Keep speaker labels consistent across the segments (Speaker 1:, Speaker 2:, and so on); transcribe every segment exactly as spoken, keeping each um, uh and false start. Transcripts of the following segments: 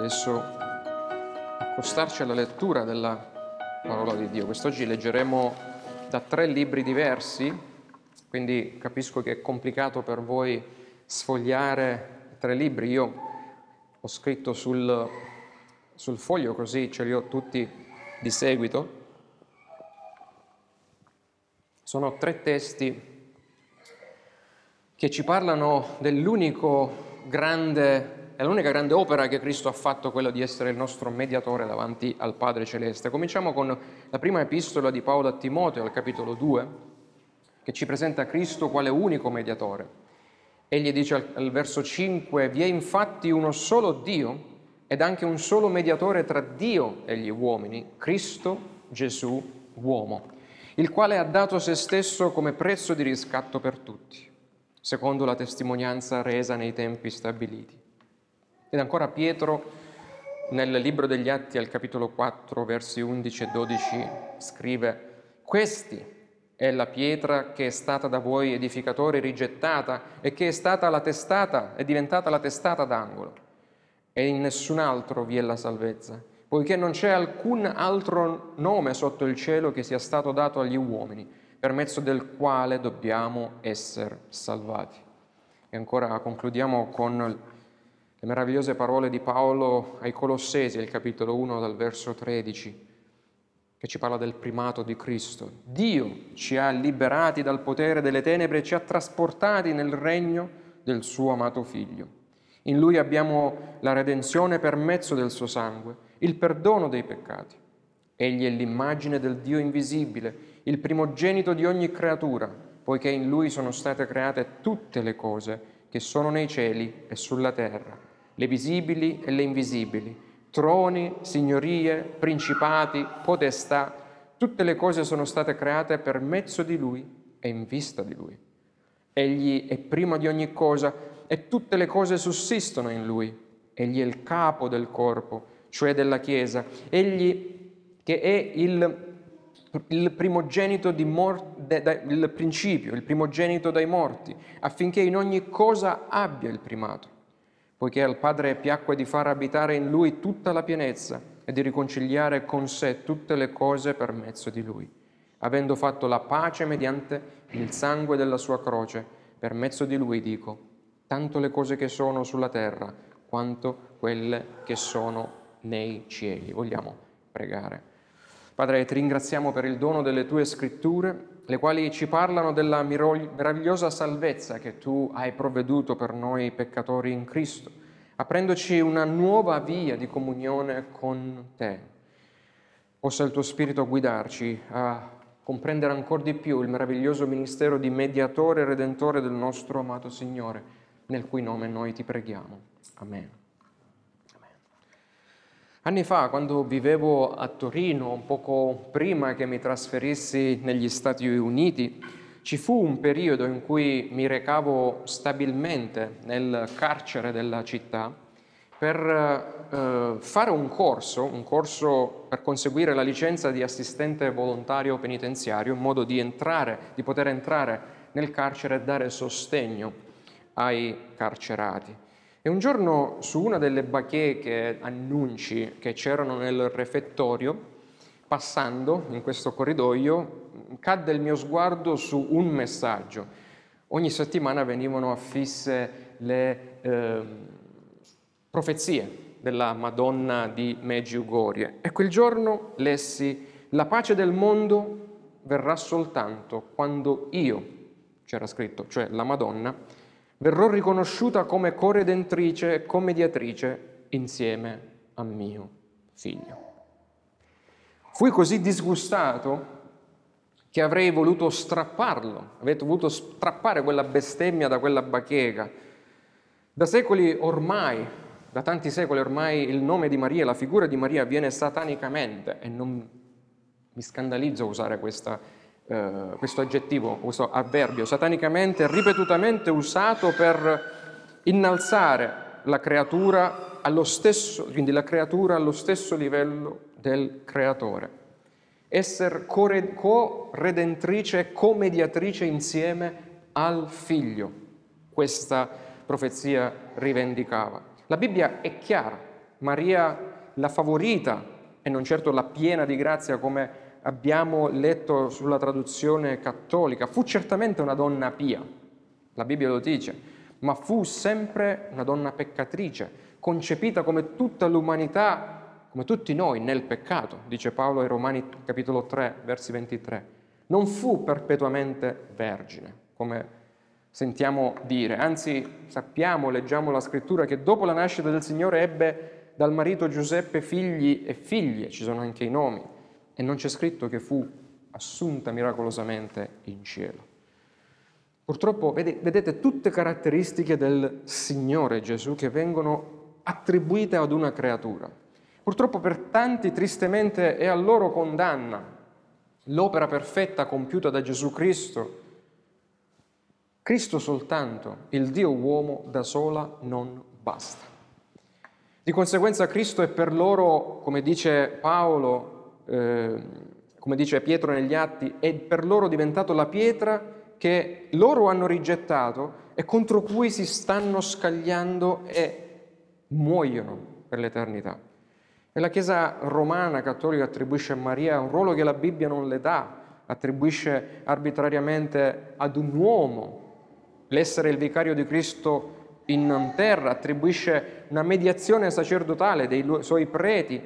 Speaker 1: adesso accostarci alla lettura della parola di Dio. Quest'oggi leggeremo da tre libri diversi, quindi capisco che è complicato per voi sfogliare tre libri. Io ho scritto sul, sul foglio, così ce li ho tutti di seguito. Sono tre testi che ci parlano dell'unico grande, è l'unica grande opera che Cristo ha fatto, quella di essere il nostro mediatore davanti al Padre Celeste. Cominciamo con la prima epistola di Paolo a Timoteo, al capitolo due, che ci presenta Cristo quale unico mediatore. Egli dice al, al verso cinque: vi è infatti uno solo Dio ed anche un solo mediatore tra Dio e gli uomini, Cristo Gesù uomo, il quale ha dato se stesso come prezzo di riscatto per tutti, secondo la testimonianza resa nei tempi stabiliti. Ed ancora Pietro, nel libro degli Atti, al capitolo quattro, versi undici e dodici, scrive: questi è la pietra che è stata da voi edificatori rigettata e che è stata la testata, è diventata la testata d'angolo. E in nessun altro vi è la salvezza, poiché non c'è alcun altro nome sotto il cielo che sia stato dato agli uomini, per mezzo del quale dobbiamo essere salvati. E ancora concludiamo con le meravigliose parole di Paolo ai Colossesi, al capitolo uno, dal verso tredici, che ci parla del primato di Cristo. Dio ci ha liberati dal potere delle tenebre e ci ha trasportati nel regno del suo amato Figlio. In Lui abbiamo la redenzione per mezzo del suo sangue, il perdono dei peccati. Egli è l'immagine del Dio invisibile, il primogenito di ogni creatura, poiché in Lui sono state create tutte le cose che sono nei cieli e sulla terra, le visibili e le invisibili, troni, signorie, principati, potestà, tutte le cose sono state create per mezzo di Lui e in vista di Lui. Egli è prima di ogni cosa e tutte le cose sussistono in Lui. Egli è il capo del corpo, cioè della Chiesa. Egli che è il il primogenito di mor- de- de- il principio, il primogenito dai morti, affinché in ogni cosa abbia il primato, poiché al Padre piacque di far abitare in Lui tutta la pienezza e di riconciliare con sé tutte le cose per mezzo di Lui, avendo fatto la pace mediante il sangue della sua croce. Per mezzo di Lui, dico, tanto le cose che sono sulla terra quanto quelle che sono nei cieli. Vogliamo pregare. Padre, ti ringraziamo per il dono delle tue scritture, le quali ci parlano della meravigliosa salvezza che tu hai provveduto per noi peccatori in Cristo, aprendoci una nuova via di comunione con te. Possa il tuo Spirito guidarci a comprendere ancora di più il meraviglioso ministero di mediatore e redentore del nostro amato Signore, nel cui nome noi ti preghiamo. Amen. Anni fa, quando vivevo a Torino, un poco prima che mi trasferissi negli Stati Uniti, ci fu un periodo in cui mi recavo stabilmente nel carcere della città per eh, fare un corso, un corso per conseguire la licenza di assistente volontario penitenziario, in modo di entrare, di poter entrare nel carcere e dare sostegno ai carcerati. E un giorno, su una delle bacheche annunci che c'erano nel refettorio, passando in questo corridoio, cadde il mio sguardo su un messaggio. Ogni settimana venivano affisse le eh, profezie della Madonna di Medjugorje. E quel giorno lessi: la pace del mondo verrà soltanto quando io, c'era scritto, cioè la Madonna, verrò riconosciuta come coredentrice e commediatrice insieme a mio figlio. Fui così disgustato che avrei voluto strapparlo, avrei voluto strappare quella bestemmia da quella bacheca. Da secoli ormai, da tanti secoli ormai, il nome di Maria, la figura di Maria viene satanicamente, e non mi scandalizzo a usare questa Uh, questo aggettivo, questo avverbio, satanicamente, ripetutamente usato per innalzare la creatura allo stesso, quindi la creatura allo stesso livello del creatore. Essere co-redentrice e co-mediatrice insieme al figlio. Questa profezia rivendicava. La Bibbia è chiara. Maria la favorita e non certo la piena di grazia come abbiamo letto sulla traduzione cattolica. Fu certamente una donna pia, la Bibbia lo dice, ma fu sempre una donna peccatrice, concepita come tutta l'umanità, come tutti noi, nel peccato, dice Paolo ai Romani capitolo tre, versi ventitré. Non fu perpetuamente vergine, come sentiamo dire, anzi sappiamo, leggiamo la scrittura, che dopo la nascita del Signore ebbe dal marito Giuseppe figli e figlie, ci sono anche i nomi, e non c'è scritto che fu assunta miracolosamente in cielo. Purtroppo, vedete, tutte caratteristiche del Signore Gesù che vengono attribuite ad una creatura. Purtroppo per tanti tristemente è a loro condanna l'opera perfetta compiuta da Gesù Cristo. Cristo soltanto, il Dio uomo da sola non basta. Di conseguenza Cristo è per loro, come dice Paolo, eh, come dice Pietro negli Atti, è per loro diventato la pietra che loro hanno rigettato e contro cui si stanno scagliando e muoiono per l'eternità. E la Chiesa romana cattolica attribuisce a Maria un ruolo che la Bibbia non le dà, attribuisce arbitrariamente ad un uomo l'essere il vicario di Cristo in terra, attribuisce una mediazione sacerdotale dei suoi preti,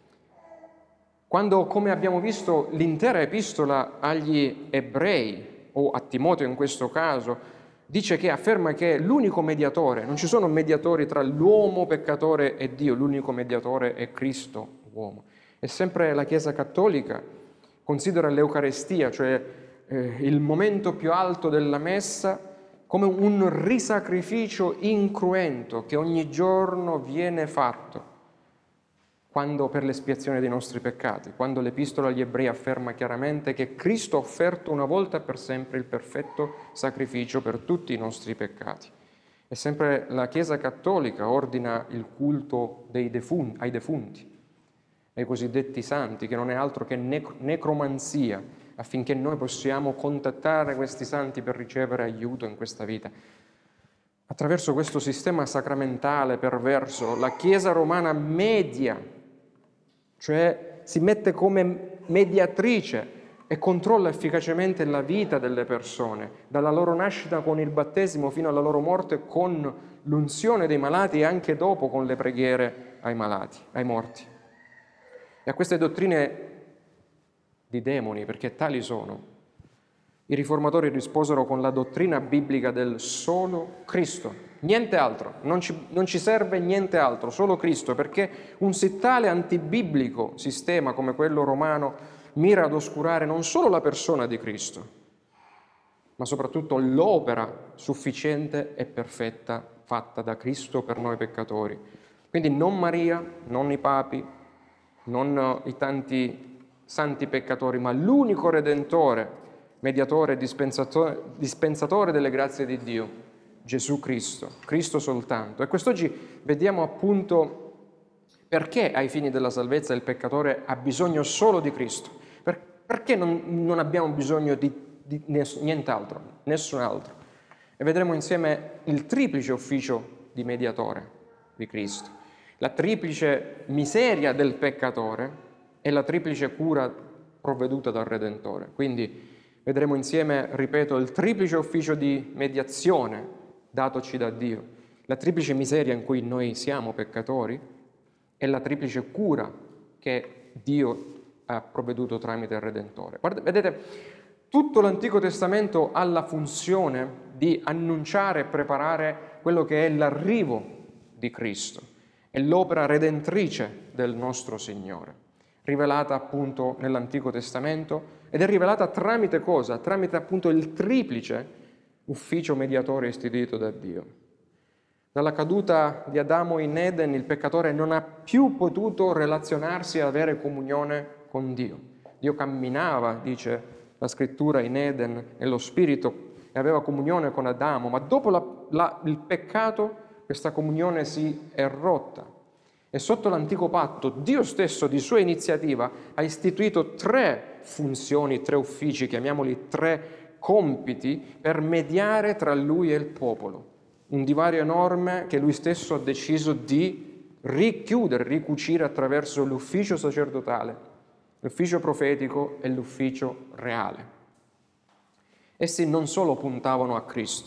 Speaker 1: quando, come abbiamo visto, l'intera epistola agli ebrei, o a Timoteo in questo caso, dice che afferma che l'unico mediatore, non ci sono mediatori tra l'uomo peccatore e Dio, l'unico mediatore è Cristo uomo. E sempre la Chiesa cattolica considera l'Eucarestia, cioè eh, il momento più alto della messa, come un risacrificio incruento che ogni giorno viene fatto quando per l'espiazione dei nostri peccati, quando l'Epistola agli Ebrei afferma chiaramente che Cristo ha offerto una volta per sempre il perfetto sacrificio per tutti i nostri peccati. E sempre la Chiesa cattolica ordina il culto dei defunti, ai defunti, ai cosiddetti santi, che non è altro che nec- necromanzia, affinché noi possiamo contattare questi santi per ricevere aiuto in questa vita. Attraverso questo sistema sacramentale perverso, la Chiesa romana media, cioè si mette come mediatrice e controlla efficacemente la vita delle persone, dalla loro nascita con il battesimo fino alla loro morte con l'unzione dei malati e anche dopo con le preghiere ai malati, ai morti. E a queste dottrine di demoni, perché tali sono, i riformatori risposero con la dottrina biblica del solo Cristo, niente altro, non ci, non ci serve niente altro, solo Cristo, perché un sì tale antibiblico sistema come quello romano mira ad oscurare non solo la persona di Cristo, ma soprattutto l'opera sufficiente e perfetta fatta da Cristo per noi peccatori. Quindi non Maria, non i papi, non i tanti santi peccatori, ma l'unico Redentore, mediatore e dispensatore, dispensatore delle grazie di Dio, Gesù Cristo, Cristo soltanto. E quest'oggi vediamo appunto perché ai fini della salvezza il peccatore ha bisogno solo di Cristo, per, perché non, non abbiamo bisogno di, di ness, nient'altro, nessun altro. E vedremo insieme il triplice ufficio di mediatore di Cristo, la triplice miseria del peccatore e la triplice cura provveduta dal Redentore. Quindi vedremo insieme, ripeto, il triplice ufficio di mediazione datoci da Dio, la triplice miseria in cui noi siamo peccatori e la triplice cura che Dio ha provveduto tramite il Redentore. Guardate, vedete, tutto l'Antico Testamento ha la funzione di annunciare e preparare quello che è l'arrivo di Cristo e l'opera redentrice del nostro Signore, rivelata appunto nell'Antico Testamento, ed è rivelata tramite cosa? Tramite appunto il triplice ufficio mediatore istituito da Dio. Dalla caduta di Adamo in Eden il peccatore non ha più potuto relazionarsi e avere comunione con Dio. Dio camminava, dice la scrittura, in Eden, nello spirito, e aveva comunione con Adamo, ma dopo la, la, il peccato questa comunione si è rotta. E sotto l'antico patto Dio stesso di sua iniziativa ha istituito tre funzioni, tre uffici, chiamiamoli tre compiti, per mediare tra lui e il popolo. Un divario enorme che lui stesso ha deciso di richiudere, ricucire attraverso l'ufficio sacerdotale, l'ufficio profetico e l'ufficio reale. Essi non solo puntavano a Cristo,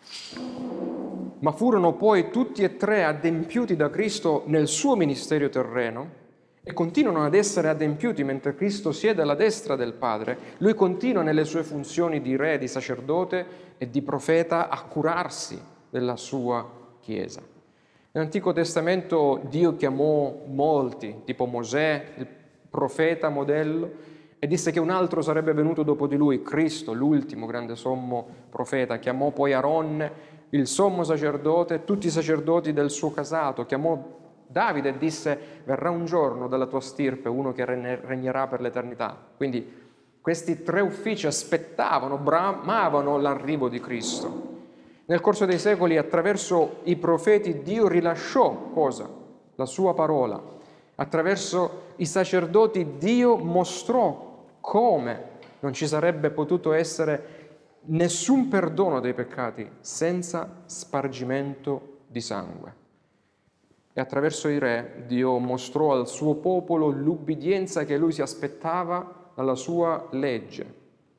Speaker 1: ma furono poi tutti e tre adempiuti da Cristo nel suo ministero terreno e continuano ad essere adempiuti mentre Cristo siede alla destra del Padre. Lui continua nelle sue funzioni di re, di sacerdote e di profeta a curarsi della sua Chiesa. Nell'Antico Testamento Dio chiamò molti, tipo Mosè, il profeta modello, e disse che un altro sarebbe venuto dopo di lui, Cristo, l'ultimo grande sommo profeta. Chiamò poi Aaron, il sommo sacerdote, tutti i sacerdoti del suo casato. Chiamò Davide e disse: verrà un giorno dalla tua stirpe uno che regnerà per l'eternità. Quindi questi tre uffici aspettavano, bramavano l'arrivo di Cristo. Nel corso dei secoli, attraverso i profeti, Dio rilasciò cosa? La sua parola. Attraverso i sacerdoti Dio mostrò come non ci sarebbe potuto essere nessun perdono dei peccati senza spargimento di sangue. E attraverso i re Dio mostrò al suo popolo l'ubbidienza che lui si aspettava alla sua legge.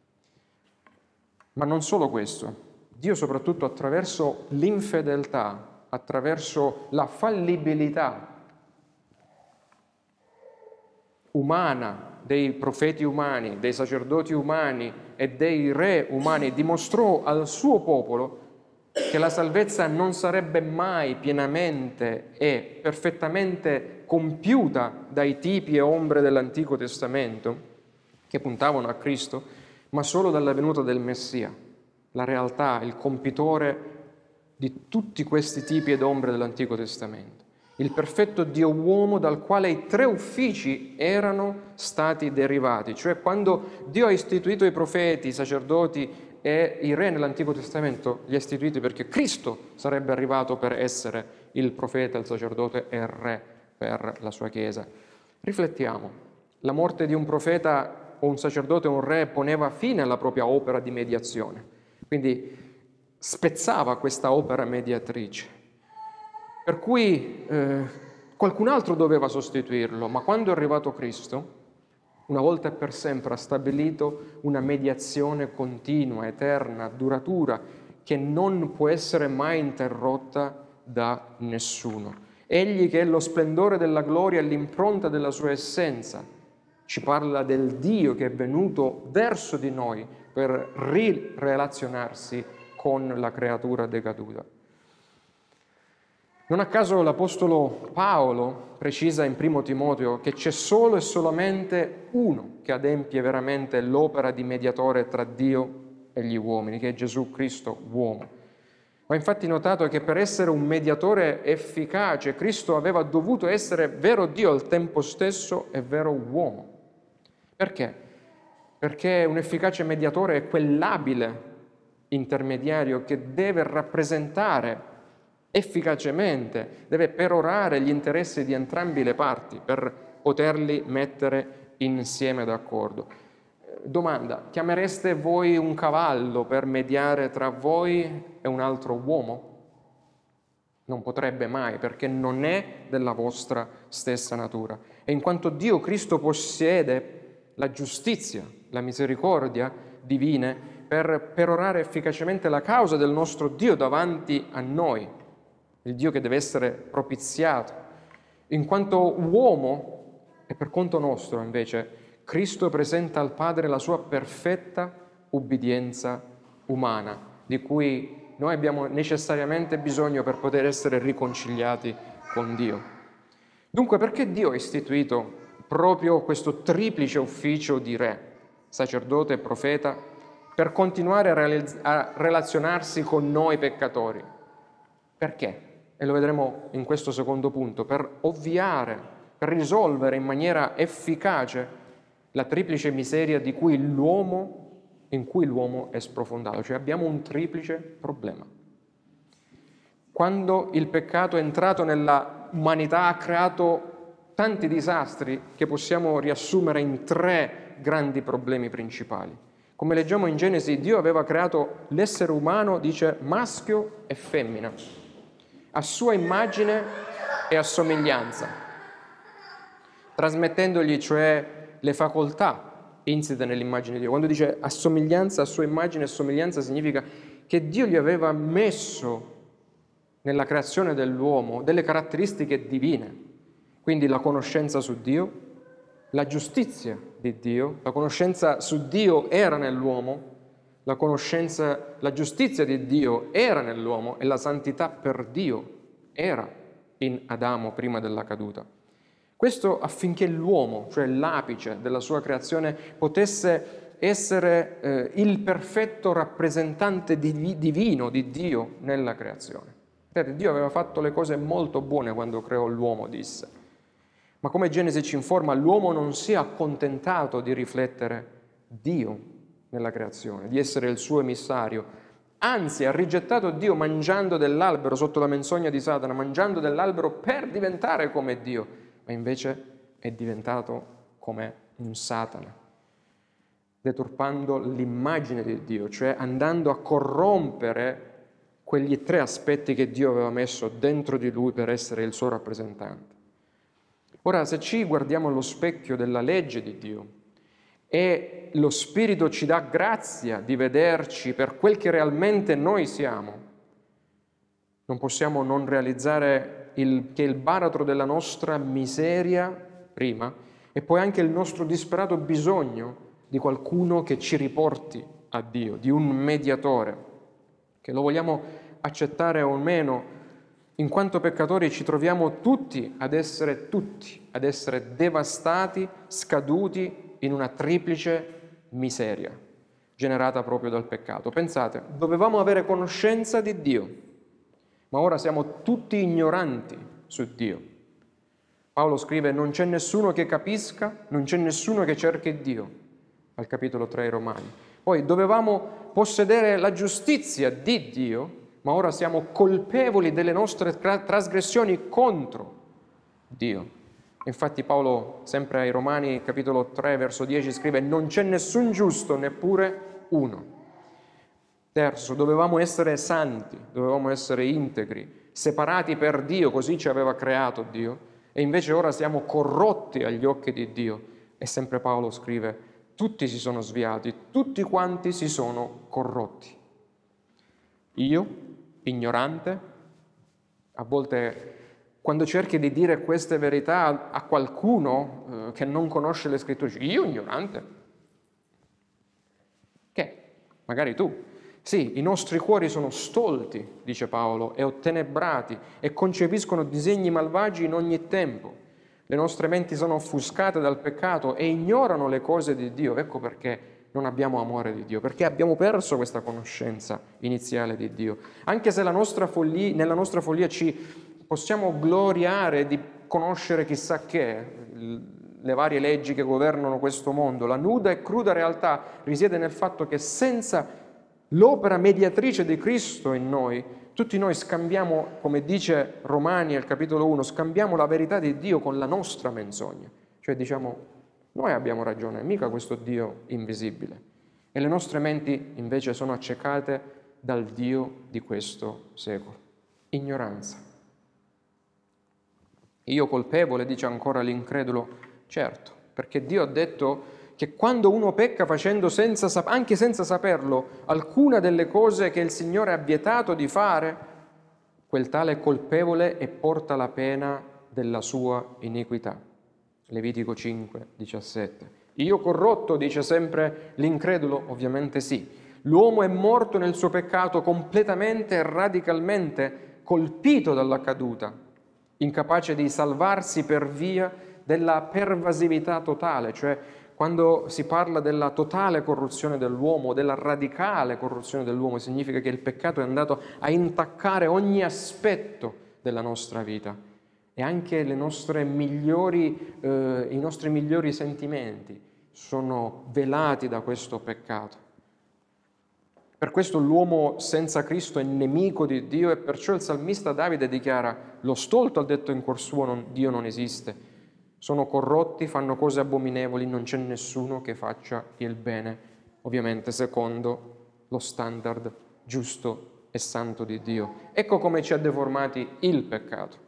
Speaker 1: Ma non solo questo, Dio soprattutto attraverso l'infedeltà, attraverso la fallibilità umana dei profeti umani, dei sacerdoti umani e dei re umani, dimostrò al suo popolo che la salvezza non sarebbe mai pienamente e perfettamente compiuta dai tipi e ombre dell'Antico Testamento, che puntavano a Cristo, ma solo dalla venuta del Messia, la realtà, il compitore di tutti questi tipi ed ombre dell'Antico Testamento. Il perfetto Dio uomo dal quale i tre uffici erano stati derivati, cioè quando Dio ha istituito i profeti, i sacerdoti e i re nell'Antico Testamento, li ha istituiti perché Cristo sarebbe arrivato per essere il profeta, il sacerdote e il re per la sua Chiesa. Riflettiamo, la morte di un profeta o un sacerdote o un re poneva fine alla propria opera di mediazione, quindi spezzava questa opera mediatrice. Per cui eh, qualcun altro doveva sostituirlo, ma quando è arrivato Cristo, una volta e per sempre ha stabilito una mediazione continua, eterna, duratura, che non può essere mai interrotta da nessuno. Egli, che è lo splendore della gloria e l'impronta della sua essenza, ci parla del Dio che è venuto verso di noi per rirelazionarsi con la creatura decaduta. Non a caso l'Apostolo Paolo precisa in primo Timoteo che c'è solo e solamente uno che adempie veramente l'opera di mediatore tra Dio e gli uomini, che è Gesù Cristo uomo. Ho infatti notato che per essere un mediatore efficace Cristo aveva dovuto essere vero Dio al tempo stesso e vero uomo. Perché? Perché un efficace mediatore è quell'abile intermediario che deve rappresentare efficacemente, deve perorare gli interessi di entrambi le parti per poterli mettere insieme d'accordo. Domanda: chiamereste voi un cavallo per mediare tra voi e un altro uomo? Non potrebbe mai, perché non è della vostra stessa natura. E in quanto Dio Cristo possiede la giustizia, la misericordia divine per perorare efficacemente la causa del nostro Dio davanti a noi, il Dio che deve essere propiziato. In quanto uomo, e per conto nostro invece, Cristo presenta al Padre la sua perfetta ubbidienza umana, di cui noi abbiamo necessariamente bisogno per poter essere riconciliati con Dio. Dunque, perché Dio ha istituito proprio questo triplice ufficio di re, sacerdote e profeta, per continuare a, realizz- a relazionarsi con noi peccatori? Perché? E lo vedremo in questo secondo punto, per ovviare, per risolvere in maniera efficace la triplice miseria di cui l'uomo, in cui l'uomo è sprofondato. Cioè abbiamo un triplice problema. Quando il peccato è entrato nella umanità ha creato tanti disastri che possiamo riassumere in tre grandi problemi principali. Come leggiamo in Genesi, Dio aveva creato l'essere umano, dice, maschio e femmina. A sua immagine e a somiglianza, trasmettendogli cioè le facoltà insite nell'immagine di Dio. Quando dice a somiglianza, a sua immagine e somiglianza, significa che Dio gli aveva messo nella creazione dell'uomo delle caratteristiche divine, quindi la conoscenza su Dio, la giustizia di Dio, la conoscenza su Dio era nell'uomo, la conoscenza, la giustizia di Dio era nell'uomo e la santità per Dio era in Adamo prima della caduta. Questo affinché l'uomo, cioè l'apice della sua creazione, potesse essere eh, il perfetto rappresentante di, divino di Dio nella creazione. Perché Dio aveva fatto le cose molto buone quando creò l'uomo, disse. Ma come Genesi ci informa, l'uomo non si è accontentato di riflettere Dio nella creazione, di essere il suo emissario. Anzi, ha rigettato Dio mangiando dell'albero, sotto la menzogna di Satana, mangiando dell'albero per diventare come Dio, ma invece è diventato come un Satana, deturpando l'immagine di Dio, cioè andando a corrompere quegli tre aspetti che Dio aveva messo dentro di lui per essere il suo rappresentante. Ora, se ci guardiamo allo specchio della legge di Dio e lo Spirito ci dà grazia di vederci per quel che realmente noi siamo, non possiamo non realizzare il, che il baratro della nostra miseria, prima, e poi anche il nostro disperato bisogno di qualcuno che ci riporti a Dio, di un mediatore, che lo vogliamo accettare o meno, in quanto peccatori ci troviamo tutti ad essere tutti, ad essere devastati, scaduti in una triplice miseria generata proprio dal peccato. Pensate, dovevamo avere conoscenza di Dio, ma ora siamo tutti ignoranti su Dio. Paolo scrive: non c'è nessuno che capisca, non c'è nessuno che cerchi Dio, al capitolo tre ai Romani. Poi dovevamo possedere la giustizia di Dio, ma ora siamo colpevoli delle nostre trasgressioni contro Dio. Infatti Paolo, sempre ai Romani, capitolo tre, verso dieci, scrive: non c'è nessun giusto, neppure uno. Terzo, dovevamo essere santi, dovevamo essere integri, separati per Dio, così ci aveva creato Dio, e invece ora siamo corrotti agli occhi di Dio. E sempre Paolo scrive: tutti si sono sviati, tutti quanti si sono corrotti. Io, ignorante, a volte quando cerchi di dire queste verità a qualcuno eh, che non conosce le scritture, dici: io ignorante? Che? Magari tu. Sì, i nostri cuori sono stolti, dice Paolo, e ottenebrati, e concepiscono disegni malvagi in ogni tempo. Le nostre menti sono offuscate dal peccato e ignorano le cose di Dio. Ecco perché non abbiamo amore di Dio, perché abbiamo perso questa conoscenza iniziale di Dio. Anche se la nostra follia, nella nostra follia ci possiamo gloriare di conoscere chissà che, le varie leggi che governano questo mondo, la nuda e cruda realtà risiede nel fatto che senza l'opera mediatrice di Cristo in noi, tutti noi scambiamo, come dice Romani al capitolo uno, scambiamo la verità di Dio con la nostra menzogna. Cioè diciamo: noi abbiamo ragione, mica questo Dio invisibile. E le nostre menti invece sono accecate dal Dio di questo secolo. Ignoranza. Io colpevole, dice ancora l'incredulo, certo, perché Dio ha detto che quando uno pecca facendo, senza, anche senza saperlo, alcuna delle cose che il Signore ha vietato di fare, quel tale è colpevole e porta la pena della sua iniquità. Levitico cinque, diciassette. Io corrotto, dice sempre l'incredulo? Ovviamente sì. L'uomo è morto nel suo peccato completamente e radicalmente colpito dalla caduta, incapace di salvarsi per via della pervasività totale, cioè quando si parla della totale corruzione dell'uomo, della radicale corruzione dell'uomo, significa che il peccato è andato a intaccare ogni aspetto della nostra vita e anche le nostre migliori, eh, i nostri migliori sentimenti sono velati da questo peccato. Per questo l'uomo senza Cristo è nemico di Dio e perciò il salmista Davide dichiara: lo stolto ha detto in cuor suo, non, Dio non esiste. Sono corrotti, fanno cose abominevoli, non c'è nessuno che faccia il bene, ovviamente secondo lo standard giusto e santo di Dio. Ecco come ci ha deformati il peccato.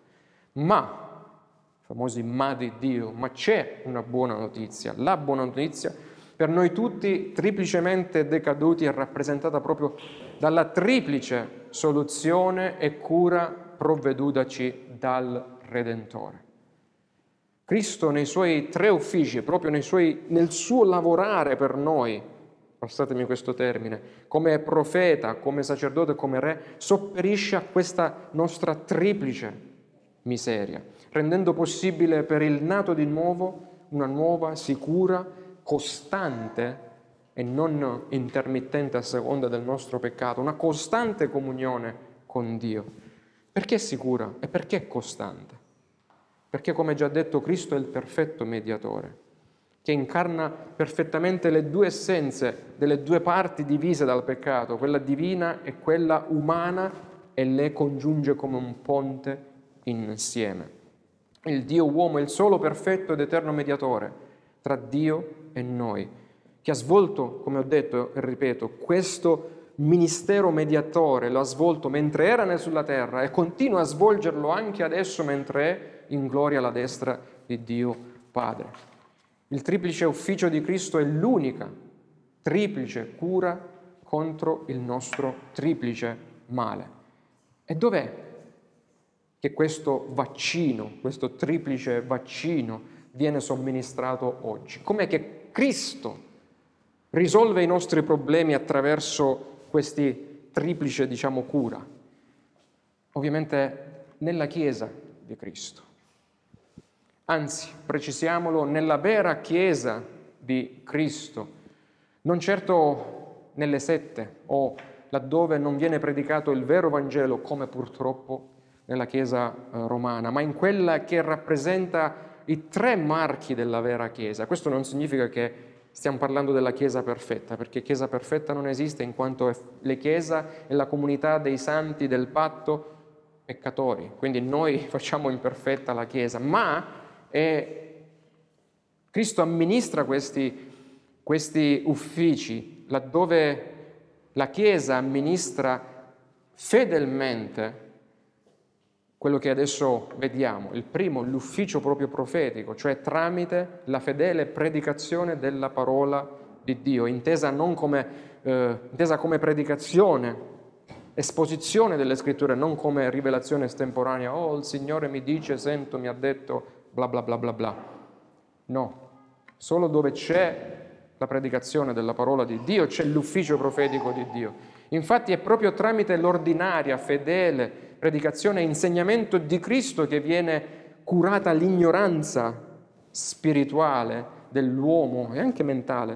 Speaker 1: Ma, i famosi ma di Dio, ma c'è una buona notizia. La buona notizia per noi tutti triplicemente decaduti è rappresentata proprio dalla triplice soluzione e cura provvedutaci dal Redentore. Cristo nei suoi tre uffici, proprio nei suoi, nel suo lavorare per noi, passatemi questo termine, come profeta, come sacerdote, come re, sopperisce a questa nostra triplice miseria, rendendo possibile per il nato di nuovo una nuova, sicura, costante e non intermittente a seconda del nostro peccato, una costante comunione con Dio. Perché sicura e perché costante? Perché, come già detto, Cristo è il perfetto mediatore, che incarna perfettamente le due essenze delle due parti divise dal peccato, quella divina e quella umana, e le congiunge come un ponte insieme. Il Dio uomo è il solo perfetto ed eterno mediatore tra Dio e noi, che ha svolto, come ho detto e ripeto, questo ministero mediatore, lo ha svolto mentre era sulla terra e continua a svolgerlo anche adesso mentre è in gloria alla destra di Dio Padre. Il triplice ufficio di Cristo è l'unica triplice cura contro il nostro triplice male. E dov'è che questo vaccino, questo triplice vaccino viene somministrato oggi? Com'è che Cristo risolve i nostri problemi attraverso questi triplice, diciamo, cura? Ovviamente nella Chiesa di Cristo. Anzi, precisiamolo, nella vera Chiesa di Cristo, non certo nelle sette o laddove non viene predicato il vero Vangelo, come purtroppo nella Chiesa romana, ma in quella che rappresenta i tre marchi della vera Chiesa. Questo non significa che stiamo parlando della Chiesa perfetta, perché Chiesa perfetta non esiste, in quanto la Chiesa è la comunità dei santi del patto peccatori, quindi noi facciamo imperfetta la Chiesa, ma è Cristo amministra questi, questi uffici laddove la Chiesa amministra fedelmente quello che adesso vediamo. Il primo, l'ufficio proprio profetico, cioè tramite la fedele predicazione della parola di Dio, intesa non come, eh, intesa come predicazione, esposizione delle scritture, non come rivelazione estemporanea. Oh, il Signore mi dice, sento, mi ha detto, bla bla bla bla bla. No, solo dove c'è la predicazione della parola di Dio c'è l'ufficio profetico di Dio. Infatti è proprio tramite l'ordinaria, fedele predicazione e insegnamento di Cristo che viene curata l'ignoranza spirituale dell'uomo e anche mentale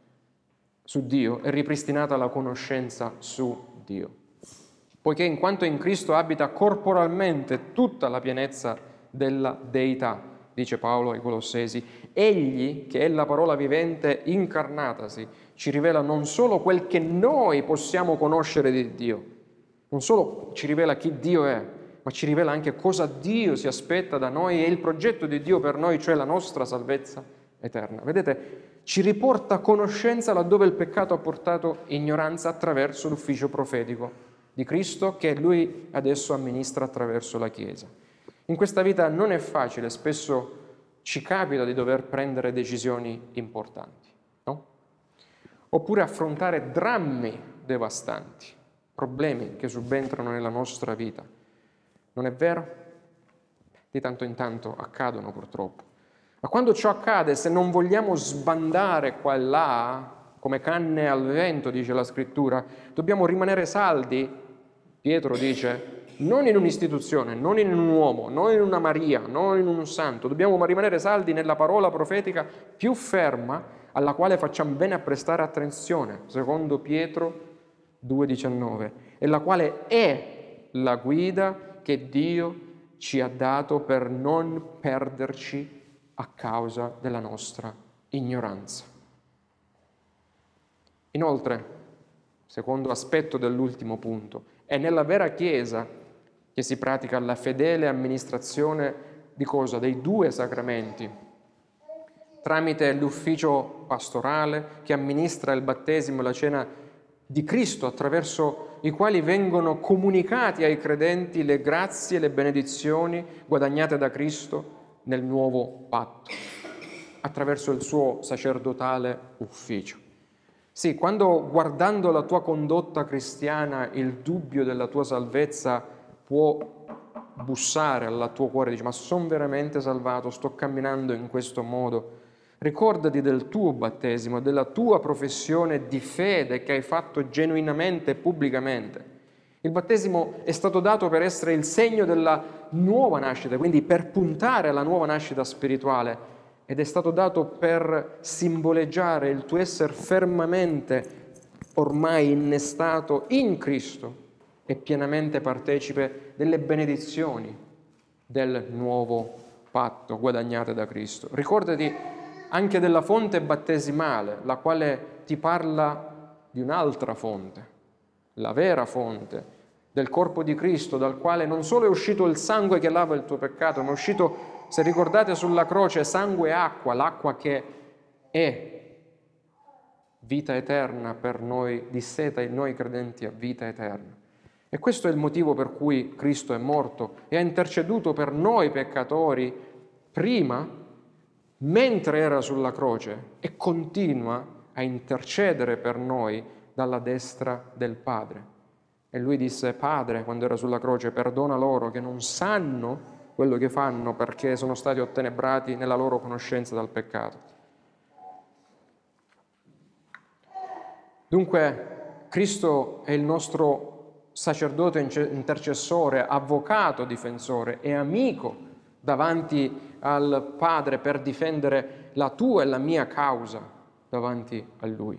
Speaker 1: su Dio e ripristinata la conoscenza su Dio. Poiché in quanto in Cristo abita corporalmente tutta la pienezza della deità, dice Paolo ai Colossesi, egli, che è la parola vivente incarnatasi, ci rivela non solo quel che noi possiamo conoscere di Dio, non solo ci rivela chi Dio è, ma ci rivela anche cosa Dio si aspetta da noi e il progetto di Dio per noi, cioè la nostra salvezza eterna. Vedete, ci riporta conoscenza laddove il peccato ha portato ignoranza attraverso l'ufficio profetico di Cristo che Lui adesso amministra attraverso la Chiesa. In questa vita non è facile, spesso ci capita di dover prendere decisioni importanti, no? Oppure affrontare drammi devastanti, problemi che subentrano nella nostra vita. Non è vero? Di tanto in tanto accadono purtroppo. Ma quando ciò accade, se non vogliamo sbandare qua e là, come canne al vento, dice la Scrittura, dobbiamo rimanere saldi, Pietro dice, non in un'istituzione, non in un uomo, non in una Maria, non in un santo, dobbiamo rimanere saldi nella parola profetica più ferma alla quale facciamo bene a prestare attenzione, secondo Pietro due diciannove, e la quale è la guida che Dio ci ha dato per non perderci a causa della nostra ignoranza. Inoltre, secondo aspetto dell'ultimo punto, è nella vera Chiesa che si pratica la fedele amministrazione di cosa? Dei due sacramenti, tramite l'ufficio pastorale che amministra il battesimo e la cena di Cristo, attraverso i quali vengono comunicati ai credenti le grazie e le benedizioni guadagnate da Cristo nel nuovo patto, attraverso il suo sacerdotale ufficio. Sì, quando guardando la tua condotta cristiana il dubbio della tua salvezza può bussare al tuo cuore, dici: ma sono veramente salvato, sto camminando in questo modo? Ricordati del tuo battesimo, della tua professione di fede che hai fatto genuinamente e pubblicamente. Il battesimo è stato dato per essere il segno della nuova nascita, quindi per puntare alla nuova nascita spirituale, ed è stato dato per simboleggiare il tuo essere fermamente ormai innestato in Cristo e pienamente partecipe delle benedizioni del nuovo patto guadagnate da Cristo. Ricordati anche della fonte battesimale, la quale ti parla di un'altra fonte, la vera fonte del corpo di Cristo, dal quale non solo è uscito il sangue che lava il tuo peccato, ma è uscito, se ricordate, sulla croce sangue e acqua, l'acqua che è vita eterna per noi, disseta in noi credenti a vita eterna. E questo è il motivo per cui Cristo è morto e ha interceduto per noi peccatori prima, mentre era sulla croce, e continua a intercedere per noi dalla destra del Padre. E lui disse: Padre, quando era sulla croce, perdona loro che non sanno quello che fanno, perché sono stati ottenebrati nella loro conoscenza dal peccato. Dunque, Cristo è il nostro sacerdote intercessore, avvocato difensore e amico davanti al Padre per difendere la tua e la mia causa davanti a Lui.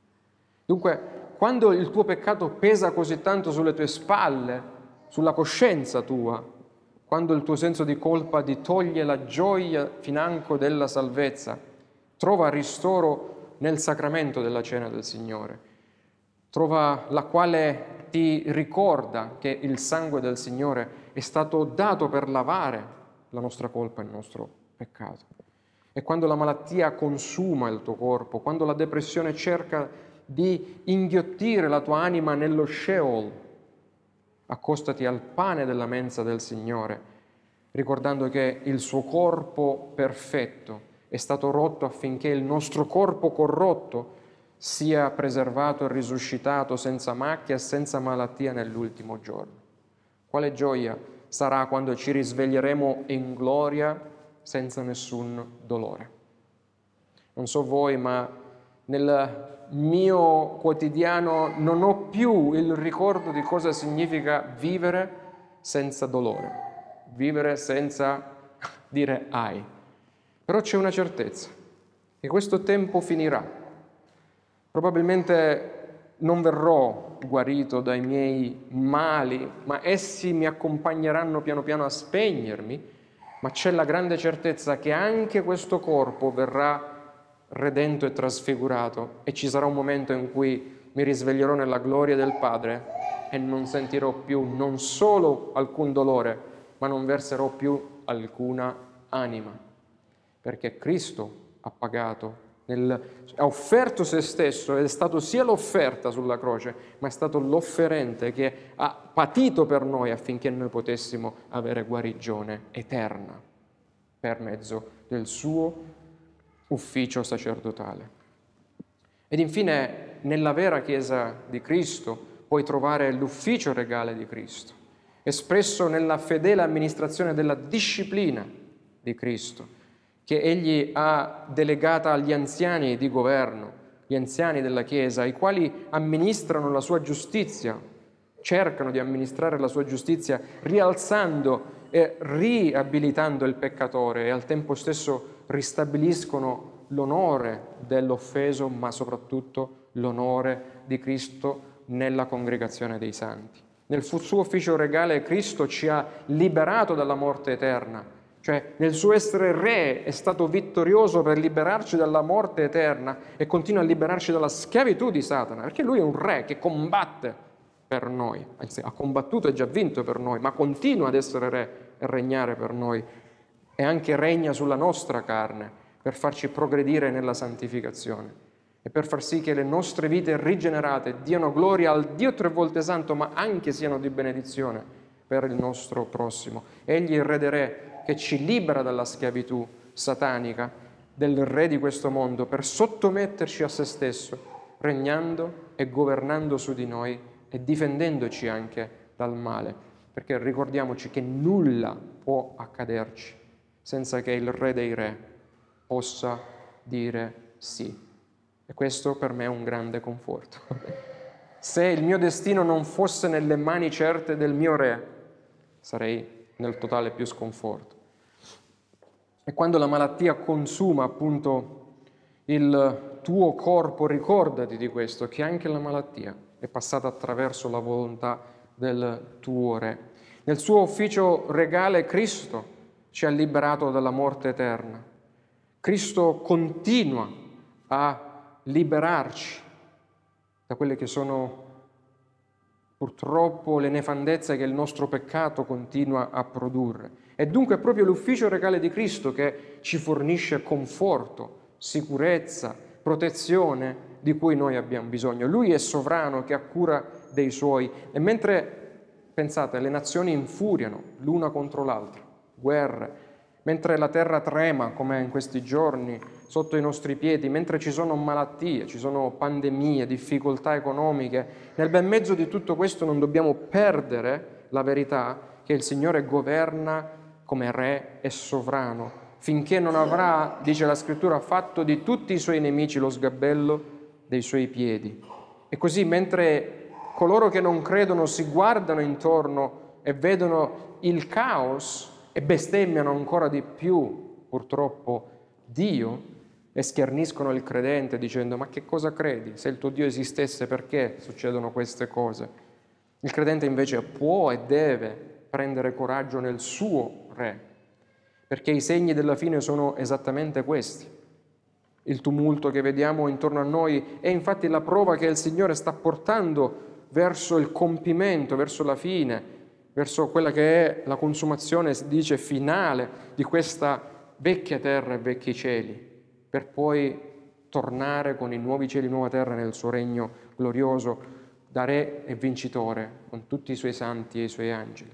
Speaker 1: Dunque, quando il tuo peccato pesa così tanto sulle tue spalle, sulla coscienza tua, quando il tuo senso di colpa ti toglie la gioia financo della salvezza, trova ristoro nel sacramento della cena del Signore. Trova la quale ti ricorda che il sangue del Signore è stato dato per lavare la nostra colpa e il nostro peccato. E quando la malattia consuma il tuo corpo, quando la depressione cerca di inghiottire la tua anima nello Sheol, accostati al pane della mensa del Signore, ricordando che il suo corpo perfetto è stato rotto affinché il nostro corpo corrotto sia preservato e risuscitato senza macchia e senza malattia nell'ultimo giorno. Quale gioia sarà quando ci risveglieremo in gloria senza nessun dolore. Non so voi, ma nel mio quotidiano non ho più il ricordo di cosa significa vivere senza dolore, vivere senza dire ai. Però c'è una certezza, che questo tempo finirà. Probabilmente non verrò guarito dai miei mali, ma essi mi accompagneranno piano piano a spegnermi, ma c'è la grande certezza che anche questo corpo verrà redento e trasfigurato e ci sarà un momento in cui mi risveglierò nella gloria del Padre e non sentirò più non solo alcun dolore, ma non verserò più alcuna anima, perché Cristo ha pagato, nel, ha offerto se stesso, ed è stato sia l'offerta sulla croce, ma è stato l'offerente che ha patito per noi affinché noi potessimo avere guarigione eterna per mezzo del suo ufficio sacerdotale. Ed infine, nella vera Chiesa di Cristo puoi trovare l'ufficio regale di Cristo, espresso nella fedele amministrazione della disciplina di Cristo, che Egli ha delegata agli anziani di governo, gli anziani della Chiesa, i quali amministrano la sua giustizia, cercano di amministrare la sua giustizia, rialzando e riabilitando il peccatore e al tempo stesso ristabiliscono l'onore dell'offeso, ma soprattutto l'onore di Cristo nella congregazione dei santi. Nel suo ufficio regale Cristo ci ha liberato dalla morte eterna, cioè nel suo essere re è stato vittorioso per liberarci dalla morte eterna e continua a liberarci dalla schiavitù di Satana, perché lui è un re che combatte per noi, anzi ha combattuto e già vinto per noi, ma continua ad essere re e regnare per noi e anche regna sulla nostra carne per farci progredire nella santificazione. e per far sì che le nostre vite rigenerate diano gloria al Dio tre volte santo, ma anche siano di benedizione per il nostro prossimo. Egli è il Re dei Re, che ci libera dalla schiavitù satanica del re di questo mondo per sottometterci a se stesso, regnando e governando su di noi e difendendoci anche dal male, perché ricordiamoci che nulla può accaderci senza che il Re dei Re possa dire sì. E questo per me è un grande conforto. Se il mio destino non fosse nelle mani certe del mio Re, sarei nel totale più sconforto. E quando la malattia consuma appunto il tuo corpo, ricordati di questo, che anche la malattia è passata attraverso la volontà del tuo Re. Nel suo ufficio regale Cristo ci ha liberato dalla morte eterna. Cristo continua a liberarci da quelle che sono purtroppo le nefandezze che il nostro peccato continua a produrre. È dunque proprio l'ufficio regale di Cristo che ci fornisce conforto, sicurezza, protezione di cui noi abbiamo bisogno. Lui è sovrano che ha cura dei suoi. E mentre, pensate, le nazioni infuriano l'una contro l'altra, guerre, mentre la terra trema, come in questi giorni, sotto i nostri piedi, mentre ci sono malattie, ci sono pandemie, difficoltà economiche, nel bel mezzo di tutto questo non dobbiamo perdere la verità che il Signore governa come Re e sovrano, finché non avrà, dice la Scrittura, fatto di tutti i suoi nemici lo sgabello dei suoi piedi. E così, mentre coloro che non credono si guardano intorno e vedono il caos e bestemmiano ancora di più, purtroppo, Dio, e scherniscono il credente dicendo: ma che cosa credi? Se il tuo Dio esistesse, perché succedono queste cose? Il credente invece può e deve prendere coraggio nel suo Re, perché i segni della fine sono esattamente questi. Il tumulto che vediamo intorno a noi è infatti la prova che il Signore sta portando verso il compimento, verso la fine, verso quella che è la consumazione, si dice, finale di questa vecchia terra e vecchi cieli, per poi tornare con i nuovi cieli e nuova terra nel suo regno glorioso, da Re e vincitore, con tutti i suoi santi e i suoi angeli.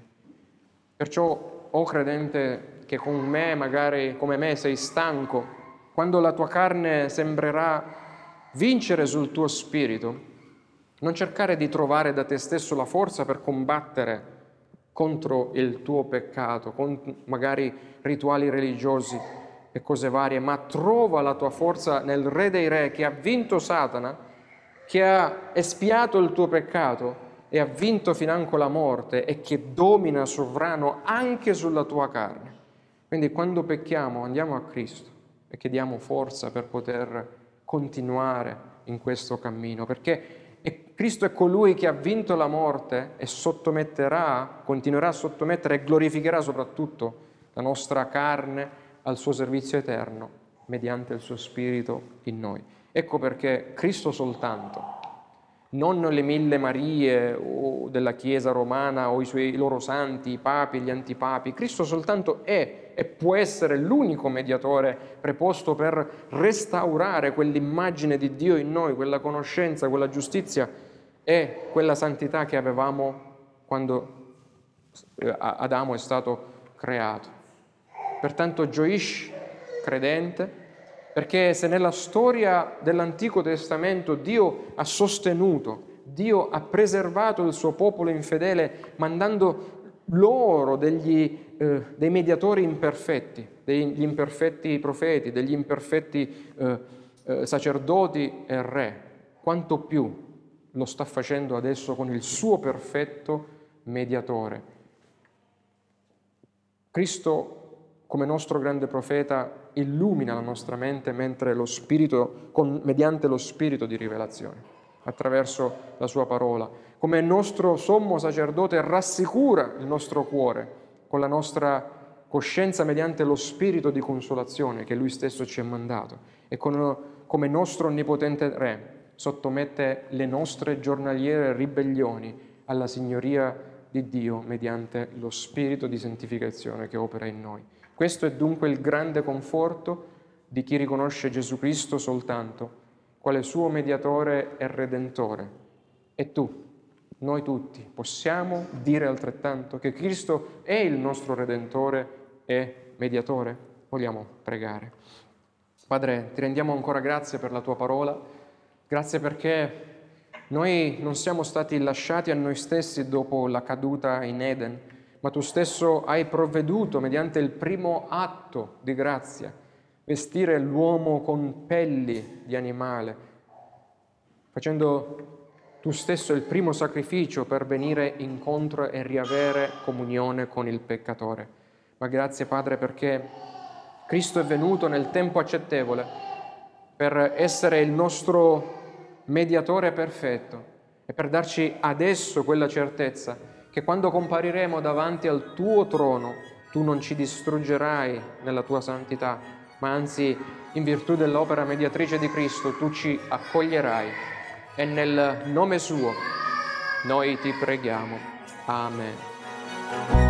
Speaker 1: Perciò, o credente che con me, magari come me, sei stanco, quando la tua carne sembrerà vincere sul tuo spirito, non cercare di trovare da te stesso la forza per combattere contro il tuo peccato, con magari rituali religiosi e cose varie, ma trova la tua forza nel Re dei Re che ha vinto Satana, che ha espiato il tuo peccato e ha vinto financo la morte e che domina sovrano anche sulla tua carne. Quindi quando pecchiamo andiamo a Cristo e chiediamo forza per poter continuare in questo cammino, perché Cristo è colui che ha vinto la morte e sottometterà, continuerà a sottomettere e glorificherà soprattutto la nostra carne al suo servizio eterno mediante il suo Spirito in noi. Ecco perché Cristo soltanto, non le mille Marie o della Chiesa romana o i suoi i loro santi, i papi, gli antipapi, Cristo soltanto è e può essere l'unico mediatore preposto per restaurare quell'immagine di Dio in noi, quella conoscenza, quella giustizia e quella santità che avevamo quando Adamo è stato creato. Pertanto gioisci, credente, perché se nella storia dell'Antico Testamento Dio ha sostenuto, Dio ha preservato il suo popolo infedele mandando loro degli, eh, dei mediatori imperfetti, degli imperfetti profeti, degli imperfetti eh, eh, sacerdoti e re, quanto più lo sta facendo adesso con il suo perfetto mediatore. Cristo, come nostro grande profeta, illumina la nostra mente mentre lo Spirito, con, mediante lo Spirito di rivelazione, attraverso la sua parola. Come nostro sommo sacerdote rassicura il nostro cuore con la nostra coscienza mediante lo Spirito di consolazione che Lui stesso ci ha mandato. E con, come nostro onnipotente Re sottomette le nostre giornaliere ribellioni alla signoria di Dio mediante lo Spirito di santificazione che opera in noi. Questo è dunque il grande conforto di chi riconosce Gesù Cristo soltanto quale suo mediatore e redentore. E tu, noi tutti, possiamo dire altrettanto che Cristo è il nostro redentore e mediatore? Vogliamo pregare. Padre, ti rendiamo ancora grazie per la tua parola, grazie perché noi non siamo stati lasciati a noi stessi dopo la caduta in Eden, ma tu stesso hai provveduto mediante il primo atto di grazia, vestire l'uomo con pelli di animale, facendo tu stesso il primo sacrificio per venire incontro e riavere comunione con il peccatore. Ma grazie, Padre, perché Cristo è venuto nel tempo accettevole per essere il nostro mediatore perfetto e per darci adesso quella certezza che quando compariremo davanti al tuo trono tu non ci distruggerai nella tua santità, ma anzi, in virtù dell'opera mediatrice di Cristo, tu ci accoglierai. E nel nome suo noi ti preghiamo. Amen.